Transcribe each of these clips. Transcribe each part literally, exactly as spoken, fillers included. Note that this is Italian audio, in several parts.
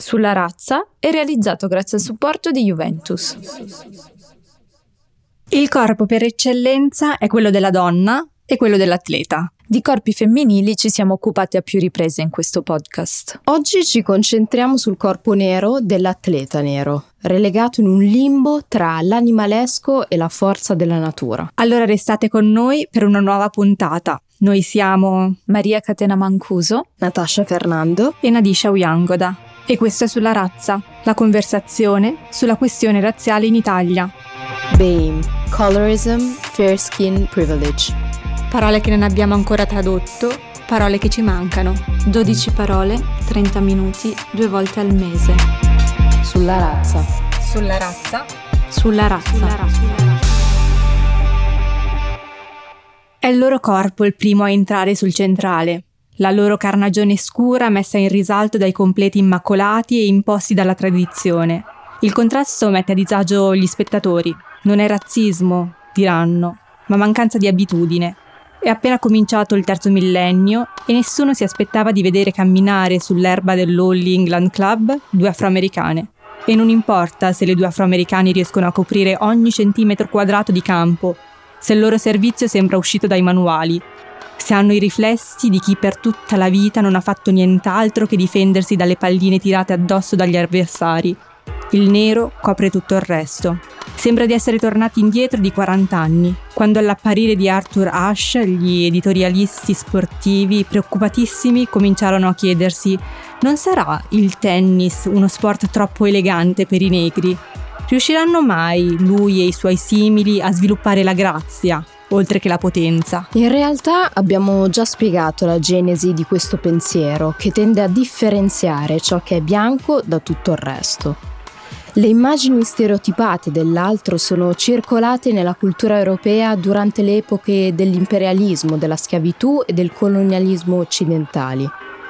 sulla razza è realizzato grazie al supporto di Juventus. Il corpo per eccellenza è quello della donna e quello dell'atleta. Di corpi femminili ci siamo occupati a più riprese in questo podcast. Oggi ci concentriamo sul corpo nero dell'atleta nero, relegato in un limbo tra l'animalesco e la forza della natura. Allora restate con noi per una nuova puntata. Noi siamo Maria Catena Mancuso, Natasha Fernando e Nadisha Uyangoda. E questo è Sulla Razza, la conversazione sulla questione razziale in Italia. B A M E, Colorism, Fair Skin Privilege. Parole che non abbiamo ancora tradotto, parole che ci mancano. dodici parole, trenta minuti, due volte al mese. Sulla razza. Sulla razza. Sulla razza. Sulla razza. È il loro corpo il primo a entrare sul centrale. La loro carnagione scura messa in risalto dai completi immacolati e imposti dalla tradizione. Il contrasto mette a disagio gli spettatori. Non è razzismo, diranno, ma mancanza di abitudine. È appena cominciato il terzo millennio e nessuno si aspettava di vedere camminare sull'erba dell'All England Club due afroamericane. E non importa se le due afroamericane riescono a coprire ogni centimetro quadrato di campo, se il loro servizio sembra uscito dai manuali, se hanno i riflessi di chi per tutta la vita non ha fatto nient'altro che difendersi dalle palline tirate addosso dagli avversari. Il nero copre tutto il resto. Sembra di essere tornati indietro di quaranta anni, quando all'apparire di Arthur Ashe gli editorialisti sportivi preoccupatissimi cominciarono a chiedersi: non sarà il tennis uno sport troppo elegante per i negri? Riusciranno mai lui e i suoi simili a sviluppare la grazia, oltre che la potenza? In realtà abbiamo già spiegato la genesi di questo pensiero, che tende a differenziare ciò che è bianco da tutto il resto. Le immagini stereotipate dell'altro sono circolate nella cultura europea durante le epoche dell'imperialismo, della schiavitù e del colonialismo occidentali.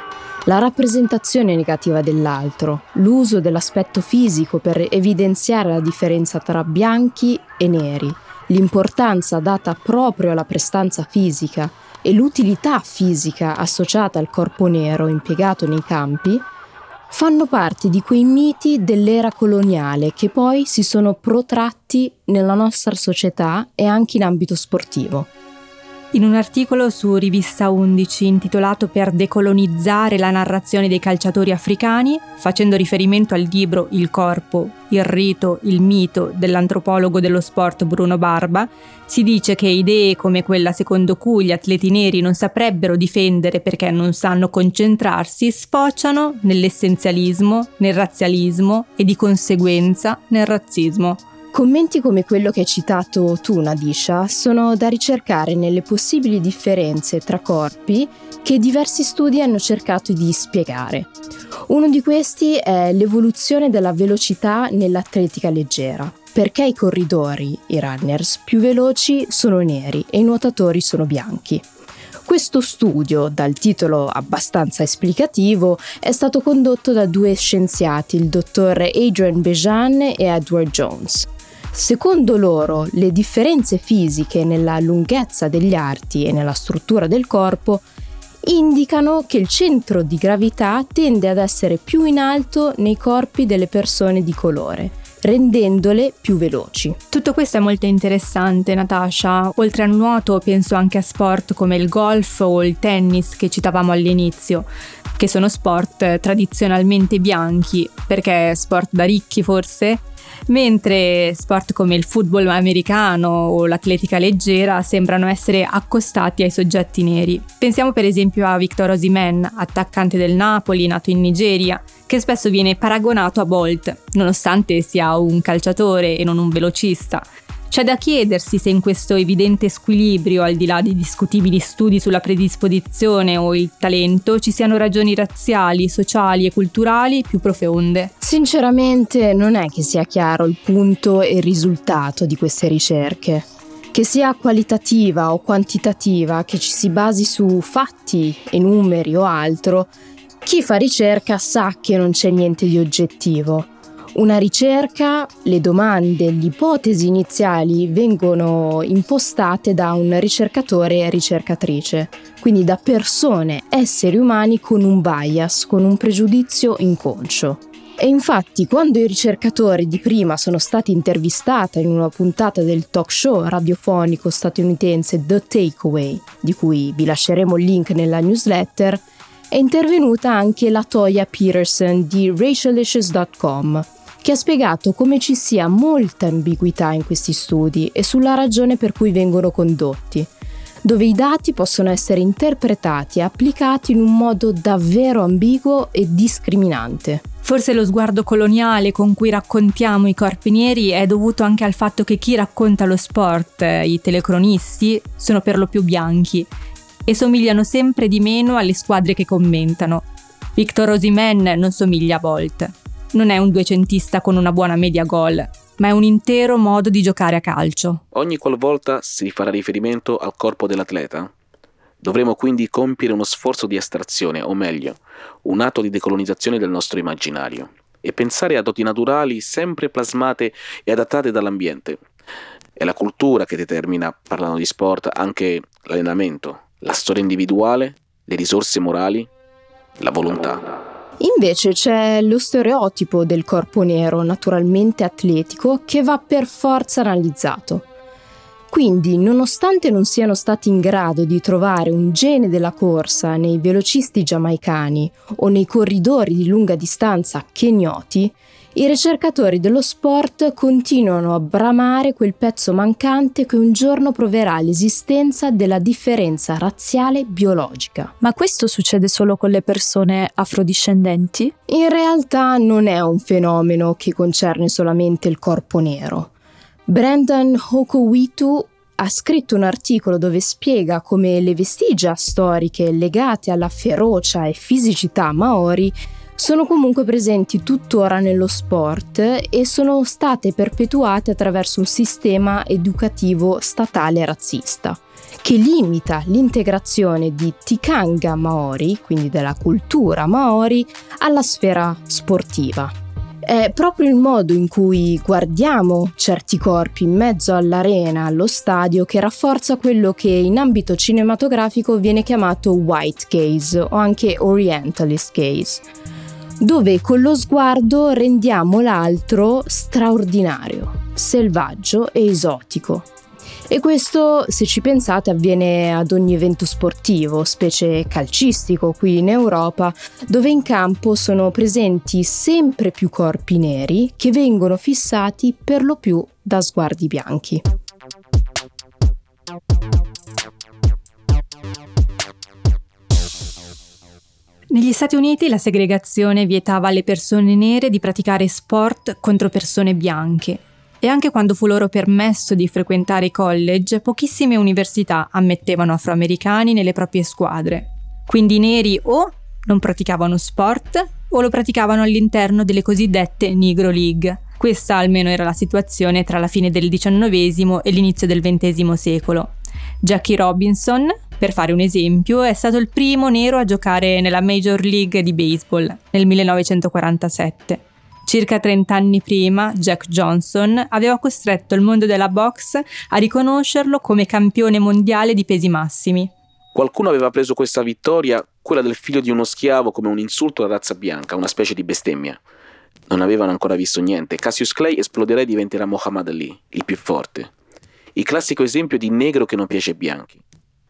La rappresentazione negativa dell'altro, l'uso dell'aspetto fisico per evidenziare la differenza tra bianchi e neri, l'importanza data proprio alla prestanza fisica e l'utilità fisica associata al corpo nero impiegato nei campi, fanno parte di quei miti dell'era coloniale che poi si sono protratti nella nostra società e anche in ambito sportivo. In un articolo su Rivista undici intitolato Per decolonizzare la narrazione dei calciatori africani, facendo riferimento al libro Il corpo, il rito, il mito dell'antropologo dello sport Bruno Barba, si dice che idee come quella secondo cui gli atleti neri non saprebbero difendere perché non sanno concentrarsi sfociano nell'essenzialismo, nel razzialismo e di conseguenza nel razzismo. Commenti come quello che hai citato tu, Nadisha, sono da ricercare nelle possibili differenze tra corpi che diversi studi hanno cercato di spiegare. Uno di questi è l'evoluzione della velocità nell'atletica leggera, perché i corridori, i runners, più veloci sono neri e i nuotatori sono bianchi. Questo studio, dal titolo abbastanza esplicativo, è stato condotto da due scienziati, il dottor Adrian Bejan e Edward Jones. Secondo loro, le differenze fisiche nella lunghezza degli arti e nella struttura del corpo indicano che il centro di gravità tende ad essere più in alto nei corpi delle persone di colore, rendendole più veloci. Tutto questo è molto interessante, Natasha. Oltre al nuoto penso anche a sport come il golf o il tennis che citavamo all'inizio, che sono sport tradizionalmente bianchi, perché sport da ricchi forse, mentre sport come il football americano o l'atletica leggera sembrano essere accostati ai soggetti neri. Pensiamo per esempio a Victor Osimhen, attaccante del Napoli, nato in Nigeria, che spesso viene paragonato a Bolt, nonostante sia un calciatore e non un velocista. C'è da chiedersi se in questo evidente squilibrio, al di là di discutibili studi sulla predisposizione o il talento, ci siano ragioni razziali, sociali e culturali più profonde. Sinceramente non è che sia chiaro il punto e il risultato di queste ricerche. Che sia qualitativa o quantitativa, che ci si basi su fatti e numeri o altro, chi fa ricerca sa che non c'è niente di oggettivo. Una ricerca, le domande, le ipotesi iniziali vengono impostate da un ricercatore e ricercatrice, quindi da persone, esseri umani con un bias, con un pregiudizio inconscio. E infatti, quando i ricercatori di prima sono stati intervistati in una puntata del talk show radiofonico statunitense The Takeaway, di cui vi lasceremo il link nella newsletter, è intervenuta anche la Toya Peterson di racialicious dot com, che ha spiegato come ci sia molta ambiguità in questi studi e sulla ragione per cui vengono condotti, dove i dati possono essere interpretati e applicati in un modo davvero ambiguo e discriminante. Forse lo sguardo coloniale con cui raccontiamo i corpi neri è dovuto anche al fatto che chi racconta lo sport, i telecronisti, sono per lo più bianchi e somigliano sempre di meno alle squadre che commentano. Victor Osimhen non somiglia a Bolt. Non è un duecentista con una buona media gol, ma è un intero modo di giocare a calcio. Ogni qualvolta si farà riferimento al corpo dell'atleta, dovremo quindi compiere uno sforzo di astrazione, o meglio, un atto di decolonizzazione del nostro immaginario, e pensare a doti naturali sempre plasmate e adattate dall'ambiente. È la cultura che determina, parlando di sport, anche l'allenamento, la storia individuale, le risorse morali, la volontà. Invece c'è lo stereotipo del corpo nero, naturalmente atletico, che va per forza analizzato. Quindi, nonostante non siano stati in grado di trovare un gene della corsa nei velocisti giamaicani o nei corridori di lunga distanza kenyoti, i ricercatori dello sport continuano a bramare quel pezzo mancante che un giorno proverà l'esistenza della differenza razziale biologica. Ma questo succede solo con le persone afrodiscendenti? In realtà non è un fenomeno che concerne solamente il corpo nero. Brandon Hokowitu ha scritto un articolo dove spiega come le vestigia storiche legate alla ferocia e fisicità maori sono comunque presenti tuttora nello sport e sono state perpetuate attraverso un sistema educativo statale razzista, che limita l'integrazione di Tikanga Maori, quindi della cultura Maori, alla sfera sportiva. È proprio il modo in cui guardiamo certi corpi in mezzo all'arena, allo stadio, che rafforza quello che in ambito cinematografico viene chiamato white gaze o anche orientalist gaze, dove con lo sguardo rendiamo l'altro straordinario, selvaggio e esotico. E questo, se ci pensate, avviene ad ogni evento sportivo, specie calcistico qui in Europa, dove in campo sono presenti sempre più corpi neri che vengono fissati per lo più da sguardi bianchi. Negli Stati Uniti la segregazione vietava alle persone nere di praticare sport contro persone bianche e anche quando fu loro permesso di frequentare i college, pochissime università ammettevano afroamericani nelle proprie squadre. Quindi i neri o non praticavano sport o lo praticavano all'interno delle cosiddette Negro League. Questa almeno era la situazione tra la fine del diciannovesimo e l'inizio del ventesimo secolo. Jackie Robinson, per fare un esempio, è stato il primo nero a giocare nella Major League di baseball nel millenovecentoquarantasette. Circa trent'anni prima, Jack Johnson aveva costretto il mondo della boxe a riconoscerlo come campione mondiale di pesi massimi. Qualcuno aveva preso questa vittoria, quella del figlio di uno schiavo, come un insulto alla razza bianca, una specie di bestemmia. Non avevano ancora visto niente. Cassius Clay esploderà e diventerà Muhammad Ali, il più forte. Il classico esempio di negro che non piace ai bianchi.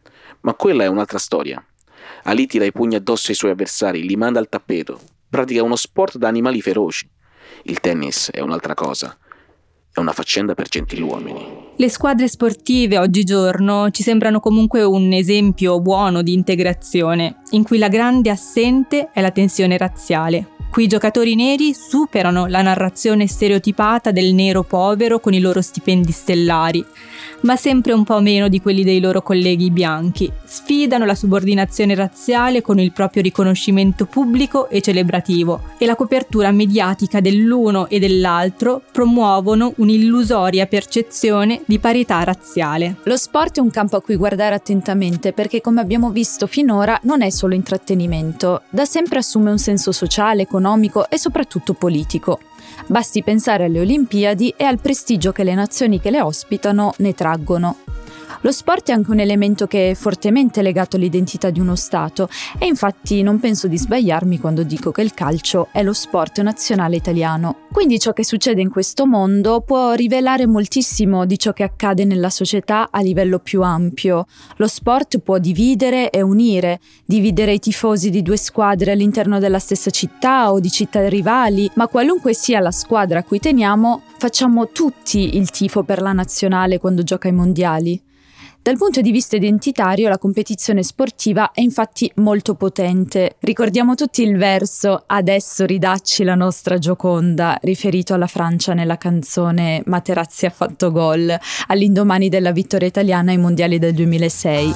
Ma quella è un'altra storia. Ali tira i pugni addosso ai suoi avversari, li manda al tappeto. Pratica uno sport da animali feroci. Il tennis è un'altra cosa. È una faccenda per gentiluomini. Le squadre sportive oggigiorno ci sembrano comunque un esempio buono di integrazione, in cui la grande assente è la tensione razziale. Qui i giocatori neri superano la narrazione stereotipata del nero povero con i loro stipendi stellari, ma sempre un po' meno di quelli dei loro colleghi bianchi. Sfidano la subordinazione razziale con il proprio riconoscimento pubblico e celebrativo, e la copertura mediatica dell'uno e dell'altro promuovono un'illusoria percezione di parità razziale. Lo sport è un campo a cui guardare attentamente perché, come abbiamo visto finora, non è solo intrattenimento. Da sempre assume un senso sociale, economico e soprattutto politico. Basti pensare alle Olimpiadi e al prestigio che le nazioni che le ospitano ne traggono. Lo sport è anche un elemento che è fortemente legato all'identità di uno Stato e infatti non penso di sbagliarmi quando dico che il calcio è lo sport nazionale italiano. Quindi ciò che succede in questo mondo può rivelare moltissimo di ciò che accade nella società a livello più ampio. Lo sport può dividere e unire, dividere i tifosi di due squadre all'interno della stessa città o di città rivali, ma qualunque sia la squadra a cui teniamo, facciamo tutti il tifo per la nazionale quando gioca ai mondiali. Dal punto di vista identitario, la competizione sportiva è infatti molto potente. Ricordiamo tutti il verso "Adesso ridacci la nostra Gioconda", riferito alla Francia nella canzone "Materazzi ha fatto gol", all'indomani della vittoria italiana ai mondiali del duemilasei.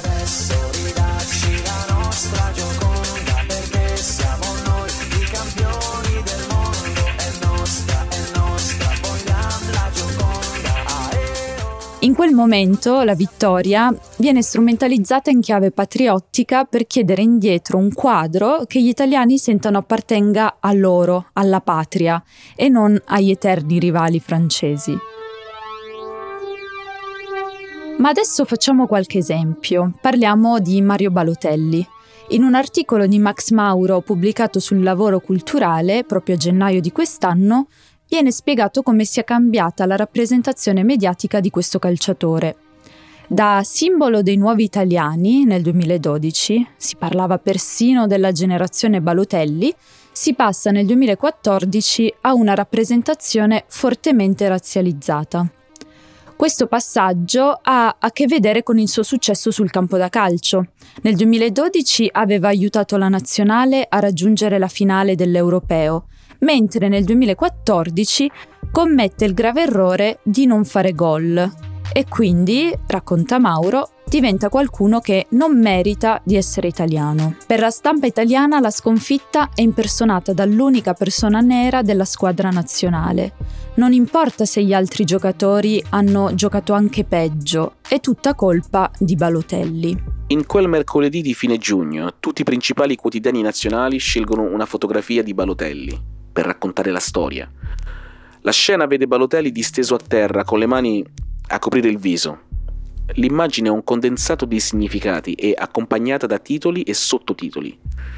In quel momento la vittoria viene strumentalizzata in chiave patriottica per chiedere indietro un quadro che gli italiani sentono appartenga a loro, alla patria, e non agli eterni rivali francesi. Ma adesso facciamo qualche esempio. Parliamo di Mario Balotelli. In un articolo di Max Mauro pubblicato sul Lavoro Culturale, proprio a gennaio di quest'anno, viene spiegato come sia cambiata la rappresentazione mediatica di questo calciatore. Da simbolo dei nuovi italiani nel duemiladodici, si parlava persino della generazione Balotelli, si passa nel duemilaquattordici a una rappresentazione fortemente razzializzata. Questo passaggio ha a che vedere con il suo successo sul campo da calcio. Nel duemiladodici aveva aiutato la nazionale a raggiungere la finale dell'Europeo, mentre nel duemilaquattordici commette il grave errore di non fare gol e quindi, racconta Mauro, diventa qualcuno che non merita di essere italiano. Per la stampa italiana la sconfitta è impersonata dall'unica persona nera della squadra nazionale. Non importa se gli altri giocatori hanno giocato anche peggio, è tutta colpa di Balotelli. In quel mercoledì di fine giugno, tutti i principali quotidiani nazionali scelgono una fotografia di Balotelli per raccontare la storia. La scena vede Balotelli disteso a terra con le mani a coprire il viso. L'immagine è un condensato di significati e accompagnata da titoli e sottotitoli.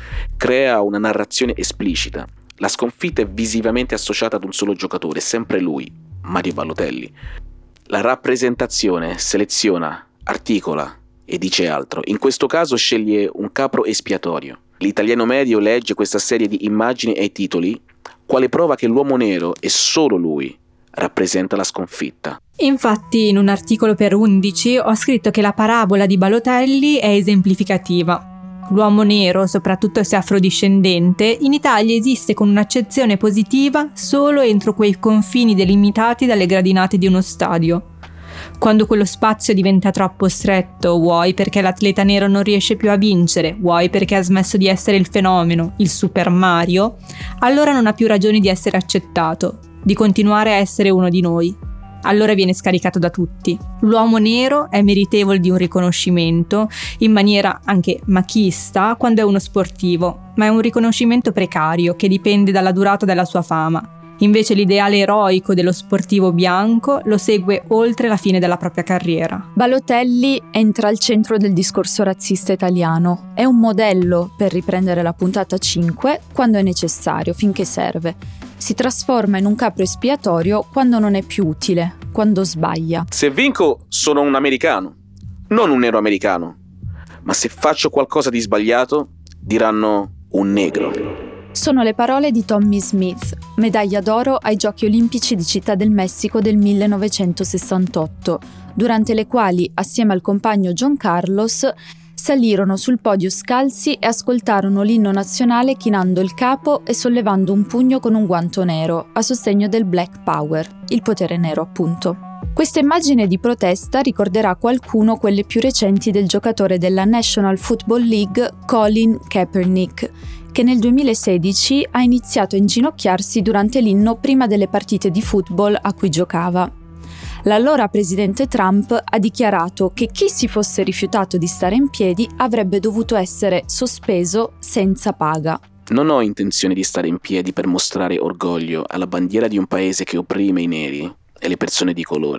Crea una narrazione esplicita. La sconfitta è visivamente associata ad un solo giocatore, sempre lui, Mario Balotelli. La rappresentazione seleziona, articola e dice altro. In questo caso sceglie un capro espiatorio. L'italiano medio legge questa serie di immagini e titoli quale prova che l'uomo nero, e solo lui, rappresenta la sconfitta. Infatti, in un articolo per undici ho scritto che la parabola di Balotelli è esemplificativa. L'uomo nero, soprattutto se afrodiscendente, in Italia esiste con un'accezione positiva solo entro quei confini delimitati dalle gradinate di uno stadio. Quando quello spazio diventa troppo stretto, vuoi perché l'atleta nero non riesce più a vincere, vuoi perché ha smesso di essere il fenomeno, il Super Mario, allora non ha più ragioni di essere accettato, di continuare a essere uno di noi. Allora viene scaricato da tutti. L'uomo nero è meritevole di un riconoscimento, in maniera anche machista, quando è uno sportivo, ma è un riconoscimento precario che dipende dalla durata della sua fama. Invece l'ideale eroico dello sportivo bianco lo segue oltre la fine della propria carriera. Balotelli entra al centro del discorso razzista italiano. È un modello per riprendere la puntata cinque quando è necessario, finché serve. Si trasforma in un capro espiatorio quando non è più utile, quando sbaglia. Se vinco sono un americano, non un nero americano. Ma se faccio qualcosa di sbagliato, diranno un negro. Sono le parole di Tommie Smith, medaglia d'oro ai Giochi Olimpici di Città del Messico del millenovecentosessantotto, durante le quali, assieme al compagno John Carlos, salirono sul podio scalzi e ascoltarono l'inno nazionale chinando il capo e sollevando un pugno con un guanto nero, a sostegno del Black Power, il potere nero appunto. Questa immagine di protesta ricorderà a qualcuno quelle più recenti del giocatore della National Football League Colin Kaepernick, che nel duemilasedici ha iniziato a inginocchiarsi durante l'inno prima delle partite di football a cui giocava. L'allora presidente Trump ha dichiarato che chi si fosse rifiutato di stare in piedi avrebbe dovuto essere sospeso senza paga. Non ho intenzione di stare in piedi per mostrare orgoglio alla bandiera di un paese che opprime i neri e le persone di colore.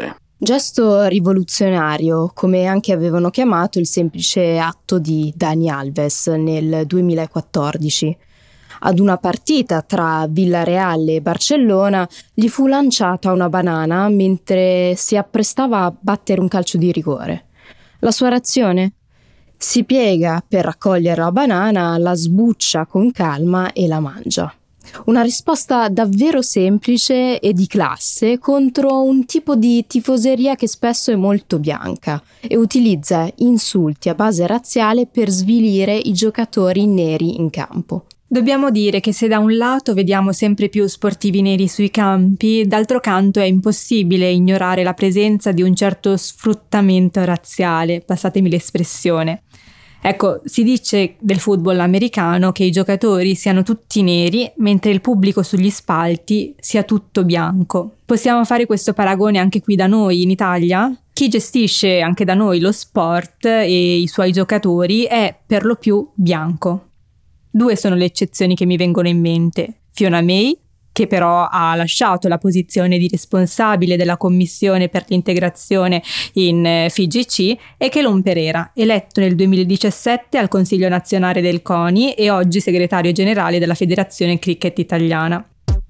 Gesto rivoluzionario, come anche avevano chiamato il semplice atto di Dani Alves nel duemilaquattordici. Ad una partita tra Villarreal e Barcellona gli fu lanciata una banana mentre si apprestava a battere un calcio di rigore. La sua reazione? Si piega per raccogliere la banana, la sbuccia con calma e la mangia. Una risposta davvero semplice e di classe contro un tipo di tifoseria che spesso è molto bianca e utilizza insulti a base razziale per svilire i giocatori neri in campo. Dobbiamo dire che se da un lato vediamo sempre più sportivi neri sui campi, d'altro canto è impossibile ignorare la presenza di un certo sfruttamento razziale, passatemi l'espressione. Ecco, si dice del football americano che i giocatori siano tutti neri, mentre il pubblico sugli spalti sia tutto bianco. Possiamo fare questo paragone anche qui da noi, in Italia? Chi gestisce anche da noi lo sport e i suoi giocatori è per lo più bianco. Due sono le eccezioni che mi vengono in mente. Fiona May, che però ha lasciato la posizione di responsabile della Commissione per l'integrazione in F I G C, e Kelon Pereira, eletto nel duemiladiciassette al Consiglio nazionale del CONI e oggi segretario generale della Federazione Cricket Italiana.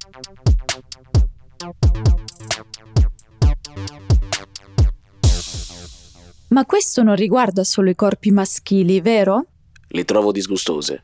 Ma questo non riguarda solo i corpi maschili, vero? Le trovo disgustose.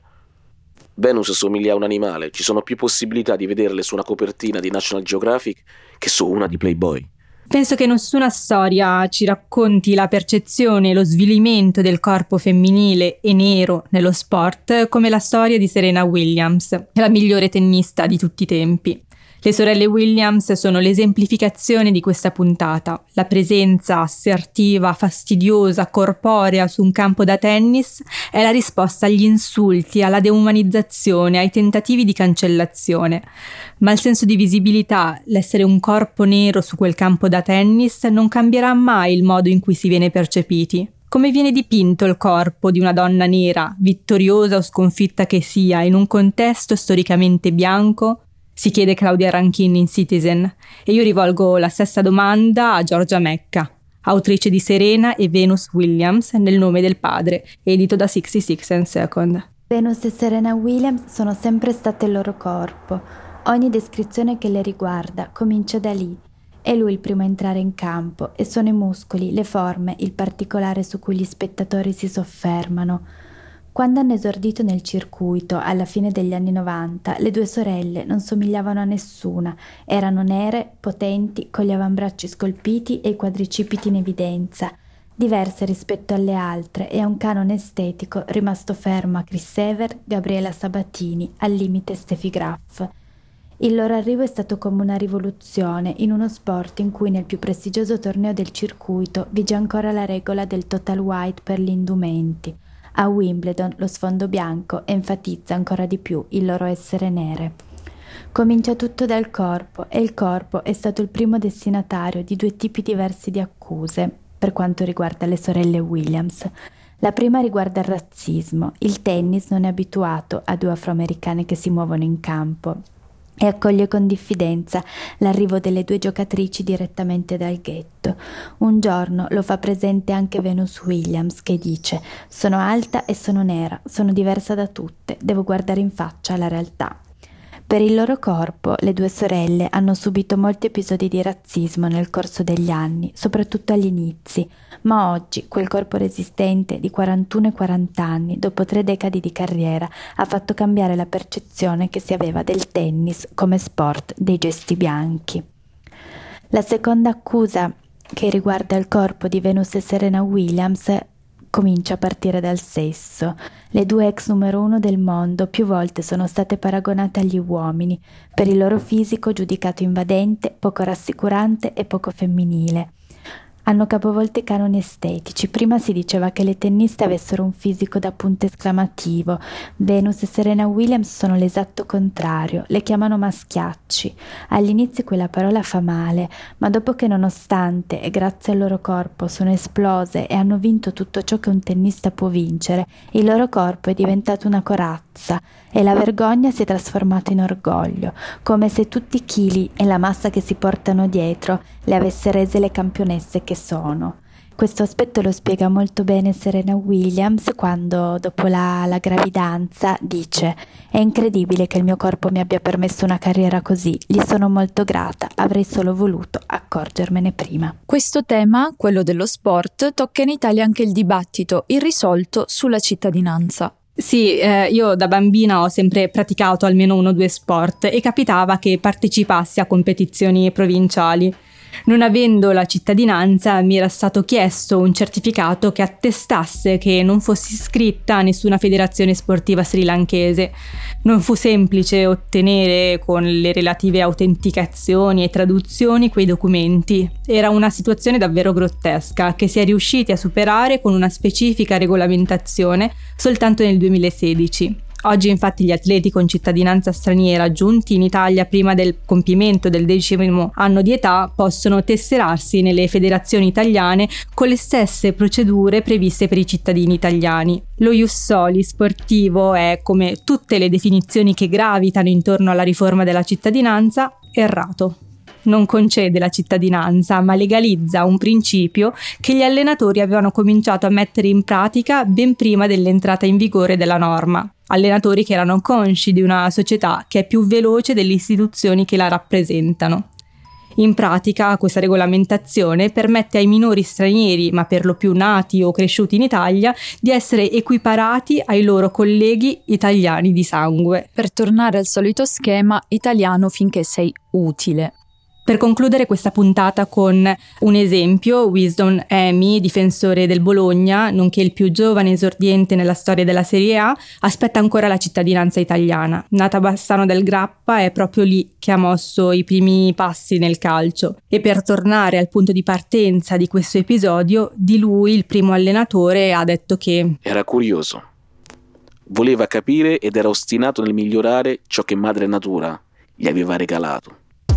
Venus somiglia a un animale, ci sono più possibilità di vederle su una copertina di National Geographic che su una di Playboy. Penso che nessuna storia ci racconti la percezione e lo svilimento del corpo femminile e nero nello sport come la storia di Serena Williams, la migliore tennista di tutti i tempi. Le sorelle Williams sono l'esemplificazione di questa puntata. La presenza assertiva, fastidiosa, corporea su un campo da tennis è la risposta agli insulti, alla deumanizzazione, ai tentativi di cancellazione. Ma il senso di visibilità, l'essere un corpo nero su quel campo da tennis, non cambierà mai il modo in cui si viene percepiti. Come viene dipinto il corpo di una donna nera, vittoriosa o sconfitta che sia, in un contesto storicamente bianco? Si chiede Claudia Ranchin in Citizen, e io rivolgo la stessa domanda a Giorgia Mecca, autrice di Serena e Venus Williams nel nome del padre, edito da sessantasei and Second. Venus e Serena Williams sono sempre state il loro corpo. Ogni descrizione che le riguarda comincia da lì. È lui il primo a entrare in campo e sono i muscoli, le forme, il particolare su cui gli spettatori si soffermano. Quando hanno esordito nel circuito, alla fine degli anni novanta, le due sorelle non somigliavano a nessuna. Erano nere, potenti, con gli avambracci scolpiti e i quadricipiti in evidenza, diverse rispetto alle altre e a un canone estetico rimasto fermo a Chris Evert, Gabriela Sabatini, al limite Steffi Graf. Il loro arrivo è stato come una rivoluzione in uno sport in cui nel più prestigioso torneo del circuito vige ancora la regola del total white per gli indumenti. A Wimbledon lo sfondo bianco enfatizza ancora di più il loro essere nere. Comincia tutto dal corpo e il corpo è stato il primo destinatario di due tipi diversi di accuse per quanto riguarda le sorelle Williams. La prima riguarda il razzismo. Il tennis non è abituato a due afroamericane che si muovono in campo e accoglie con diffidenza l'arrivo delle due giocatrici direttamente dal ghetto. Un giorno lo fa presente anche Venus Williams, che dice: «Sono alta e sono nera, sono diversa da tutte, devo guardare in faccia la realtà». Per il loro corpo, le due sorelle hanno subito molti episodi di razzismo nel corso degli anni, soprattutto agli inizi, ma oggi quel corpo resistente di quarantuno e quaranta anni, dopo tre decadi di carriera, ha fatto cambiare la percezione che si aveva del tennis come sport dei gesti bianchi. La seconda accusa, che riguarda il corpo di Venus e Serena Williams, comincia a partire dal sesso. Le due ex numero uno del mondo più volte sono state paragonate agli uomini per il loro fisico giudicato invadente, poco rassicurante e poco femminile. hanno capovolto i canoni estetici. Prima si diceva che le tenniste avessero un fisico da punto esclamativo. Venus e Serena Williams sono l'esatto contrario, le chiamano maschiacci. All'inizio quella parola fa male, ma dopo che nonostante e grazie al loro corpo sono esplose e hanno vinto tutto ciò che un tennista può vincere, il loro corpo è diventato una corazza e la vergogna si è trasformata in orgoglio, come se tutti i chili e la massa che si portano dietro le avesse rese le campionesse che sono. Questo aspetto lo spiega molto bene Serena Williams quando, dopo la, la gravidanza, dice: «È incredibile che il mio corpo mi abbia permesso una carriera così, gli sono molto grata, avrei solo voluto accorgermene prima». Questo tema, quello dello sport, tocca in Italia anche il dibattito irrisolto sulla cittadinanza. Sì, eh, io da bambina ho sempre praticato almeno uno o due sport e capitava che partecipassi a competizioni provinciali. Non avendo la cittadinanza mi era stato chiesto un certificato che attestasse che non fossi iscritta a nessuna federazione sportiva srilankese. Non fu semplice ottenere con le relative autenticazioni e traduzioni quei documenti. Era una situazione davvero grottesca che si è riusciti a superare con una specifica regolamentazione soltanto nel duemilasedici. Oggi infatti gli atleti con cittadinanza straniera giunti in Italia prima del compimento del decimo anno di età possono tesserarsi nelle federazioni italiane con le stesse procedure previste per i cittadini italiani. Lo ius soli sportivo è, come tutte le definizioni che gravitano intorno alla riforma della cittadinanza, errato. Non concede la cittadinanza, ma legalizza un principio che gli allenatori avevano cominciato a mettere in pratica ben prima dell'entrata in vigore della norma. Allenatori che erano consci di una società che è più veloce delle istituzioni che la rappresentano. In pratica, questa regolamentazione permette ai minori stranieri, ma per lo più nati o cresciuti in Italia, di essere equiparati ai loro colleghi italiani di sangue. Per tornare al solito schema italiano finché sei utile. Per concludere questa puntata con un esempio, Wisdom Amy, difensore del Bologna, nonché il più giovane esordiente nella storia della Serie A, aspetta ancora la cittadinanza italiana. Nata a Bassano del Grappa, è proprio lì che ha mosso i primi passi nel calcio. E per tornare al punto di partenza di questo episodio, di lui, il primo allenatore, ha detto che era curioso, voleva capire ed era ostinato nel migliorare ciò che madre natura gli aveva regalato.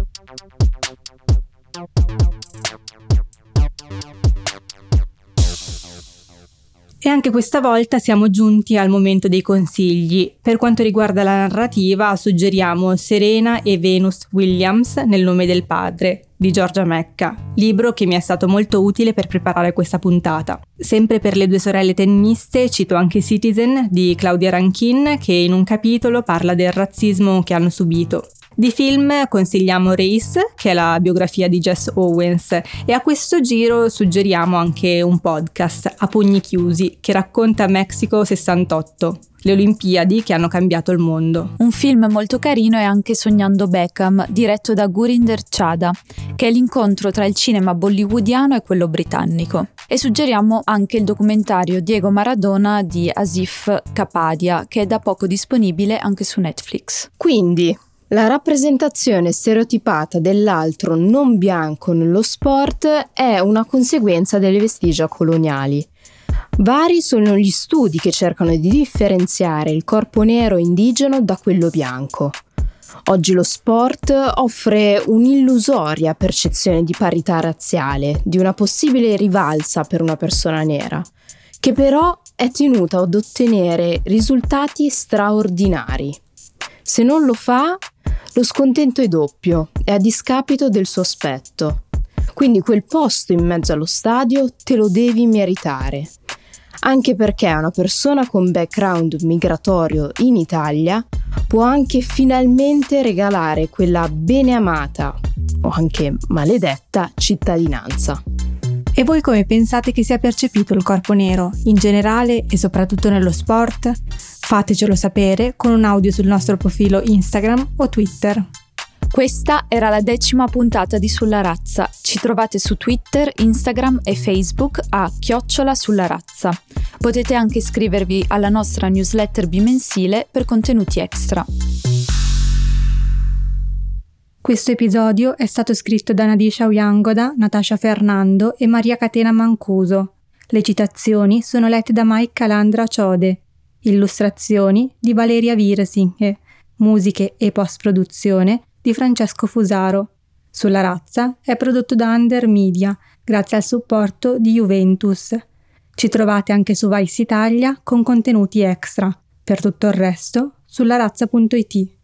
E anche questa volta siamo giunti al momento dei consigli. Per quanto riguarda la narrativa, suggeriamo Serena e Venus Williams nel nome del padre, di Giorgia Mecca, libro che mi è stato molto utile per preparare questa puntata. Sempre per le due sorelle tenniste cito anche Citizen di Claudia Ranchin, che in un capitolo parla del razzismo che hanno subito. Di film consigliamo Race, che è la biografia di Jess Owens, e a questo giro suggeriamo anche un podcast, A Pugni Chiusi, che racconta Mexico sessantotto, le Olimpiadi che hanno cambiato il mondo. Un film molto carino è anche Sognando Beckham, diretto da Gurinder Chadha, che è l'incontro tra il cinema bollywoodiano e quello britannico. E suggeriamo anche il documentario Diego Maradona di Asif Kapadia, che è da poco disponibile anche su Netflix. Quindi la rappresentazione stereotipata dell'altro non bianco nello sport è una conseguenza delle vestigia coloniali. Vari sono gli studi che cercano di differenziare il corpo nero indigeno da quello bianco. Oggi lo sport offre un'illusoria percezione di parità razziale, di una possibile rivalsa per una persona nera, che però è tenuta ad ottenere risultati straordinari. Se non lo fa, lo scontento è doppio e a discapito del suo aspetto. Quindi quel posto in mezzo allo stadio te lo devi meritare. Anche perché una persona con background migratorio in Italia può anche finalmente regalare quella beneamata, o anche maledetta, cittadinanza. E voi come pensate che sia percepito il corpo nero, in generale e soprattutto nello sport? Fatecelo sapere con un audio sul nostro profilo Instagram o Twitter. Questa era la decima puntata di Sulla Razza. Ci trovate su Twitter, Instagram e Facebook a chiocciola sulla razza. Potete anche iscrivervi alla nostra newsletter bimensile per contenuti extra. Questo episodio è stato scritto da Nadisha Uyangoda, Natasha Fernando e Maria Catena Mancuso. Le citazioni sono lette da Mike Calandra Ciode. Illustrazioni di Valeria Virsinghe. Musiche e post-produzione di Francesco Fusaro. Sulla razza è prodotto da Under Media, grazie al supporto di Juventus. Ci trovate anche su Vice Italia con contenuti extra. Per tutto il resto, sulla razza punto it.